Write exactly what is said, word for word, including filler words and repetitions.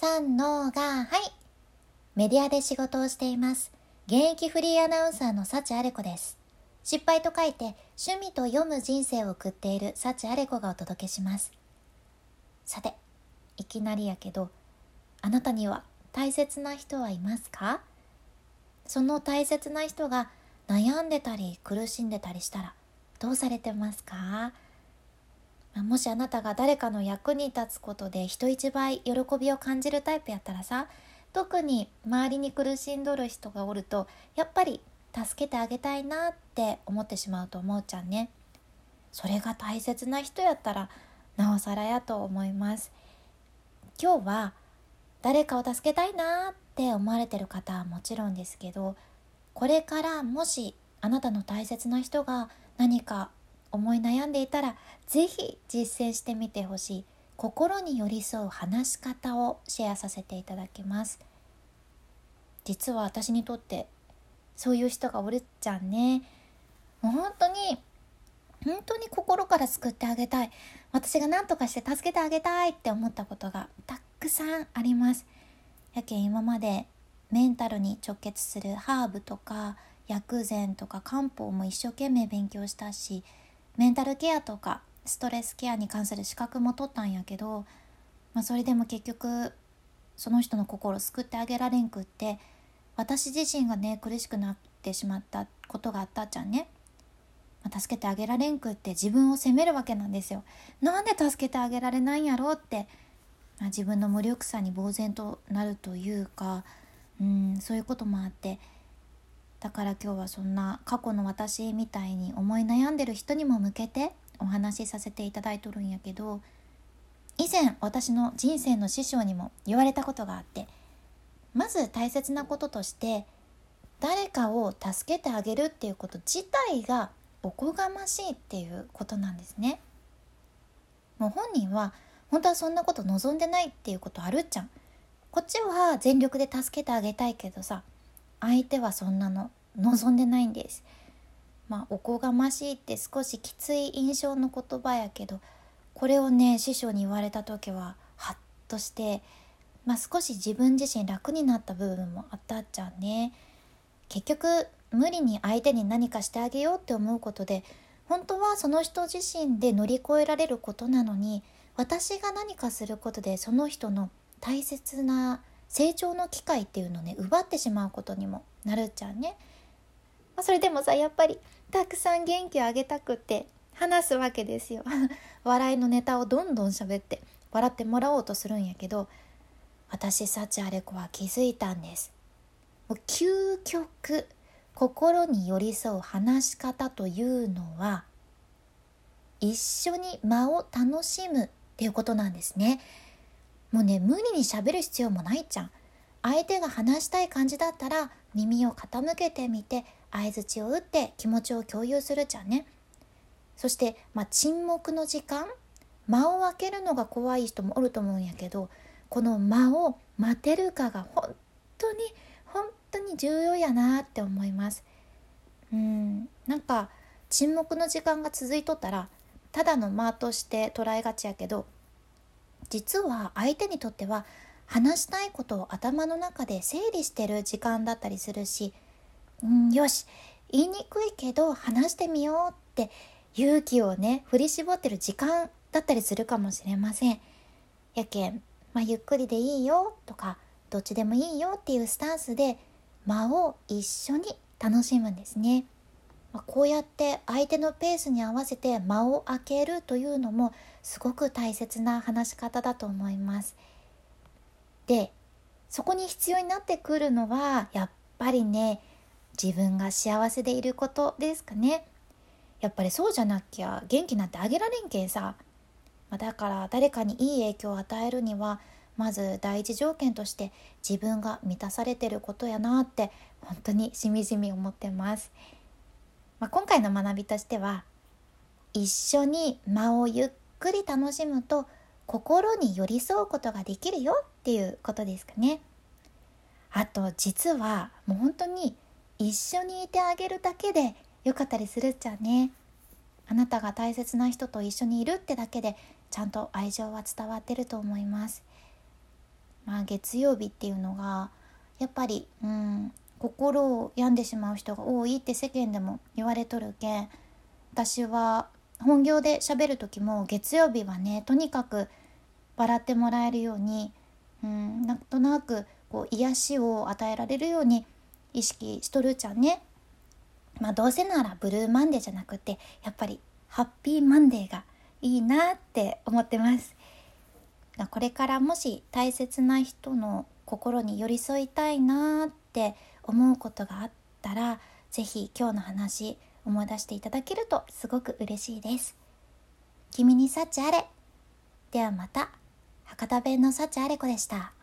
三のがはい。メディアで仕事をしています。現役フリーアナウンサーの幸あれ子です。失敗と書いて趣味と読む人生を送っている幸あれ子がお届けします。さて、いきなりやけど、あなたには大切な人はいますか？その大切な人が悩んでたり苦しんでたりしたらどうされてますか？もしあなたが誰かの役に立つことで人一倍喜びを感じるタイプやったらさ、特に周りに苦しんどる人がおるとやっぱり助けてあげたいなって思ってしまうと思うちゃんね。それが大切な人やったらなおさらやと思います。今日は誰かを助けたいなって思われてる方はもちろんですけど、これからもしあなたの大切な人が何か思い悩んでいたら、ぜひ実践してみてほしい心に寄り添う話し方をシェアさせていただきます。実は私にとってそういう人がおるっちゃんね。もう本当に本当に心から救ってあげたい、私が何とかして助けてあげたいって思ったことがたくさんあります。やけん今までメンタルに直結するハーブとか薬膳とか漢方も一生懸命勉強したし、メンタルケアとかストレスケアに関する資格も取ったんやけど、まあ、それでも結局その人の心を救ってあげられんくって、私自身がね苦しくなってしまったことがあったっちゃんね。まあ、助けてあげられんくって自分を責めるわけなんですよ。なんで助けてあげられないんやろうって、まあ、自分の無力さに呆然となるというか、うんそういうこともあって、だから今日はそんな過去の私みたいに思い悩んでる人にも向けてお話しさせていただいとるんやけど、以前私の人生の師匠にも言われたことがあって、まず大切なこととして誰かを助けてあげるっていうこと自体がおこがましいっていうことなんですね。もう本人は本当はそんなこと望んでないっていうことあるっちゃん。こっちは全力で助けてあげたいけどさ、相手はそんなの望んでないんです。まあおこがましいって少しきつい印象の言葉やけど、これをね師匠に言われた時はハッとして、まあ少し自分自身楽になった部分もあったっちゃうね。結局無理に相手に何かしてあげようって思うことで、本当はその人自身で乗り越えられることなのに、私が何かすることでその人の大切な成長の機会っていうのをね奪ってしまうことにもなるっちゃうね。まあ、それでもさやっぱりたくさん元気をあげたくって話すわけですよ笑いのネタをどんどん喋って笑ってもらおうとするんやけど、私幸あれ子は気づいたんです。もう究極心に寄り添う話し方というのは一緒に間を楽しむっていうことなんですね。もうね無理に喋る必要もないじゃん。相手が話したい感じだったら耳を傾けてみて相槌を打って気持ちを共有するじゃんね。そして、まあ、沈黙の時間、間を空けるのが怖い人もおると思うんやけど、この間を待てるかが本当に本当に重要やなって思います。うんなんか沈黙の時間が続いとったらただの間として捉えがちやけど、実は相手にとっては話したいことを頭の中で整理してる時間だったりするし、うんよし言いにくいけど話してみようって勇気をね振り絞ってる時間だったりするかもしれません。やけん、まあ、ゆっくりでいいよとかどっちでもいいよっていうスタンスで間を一緒に楽しむんですね。まあ、こうやって相手のペースに合わせて間を空けるというのもすごく大切な話し方だと思います。で、そこに必要になってくるのはやっぱりね、自分が幸せでいることですかね。やっぱりそうじゃなきゃ元気なんてあげられんけんさ。まあ、だから誰かにいい影響を与えるにはまず第一条件として自分が満たされてることやなって本当にしみじみ思ってます。まあ、今回の学びとしては、一緒に間をゆっくり楽しむと心に寄り添うことができるよっていうことですかね。あと実はもう本当に一緒にいてあげるだけでよかったりするっちゃね。あなたが大切な人と一緒にいるってだけでちゃんと愛情は伝わってると思います。 まあ、月曜日っていうのがやっぱり、うん、心を病んでしまう人が多いって世間でも言われとるけん、私は本業で喋る時も月曜日はね、とにかく笑ってもらえるように、うん、なんとなくこう癒しを与えられるように意識しとるじゃんね。まあどうせならブルーマンデーじゃなくて、やっぱりハッピーマンデーがいいなって思ってます。これからもし大切な人の心に寄り添いたいなって思うことがあったら、ぜひ今日の話思い出していただけるとすごく嬉しいです。君に幸あれ。ではまた。博多弁の幸あれ子でした。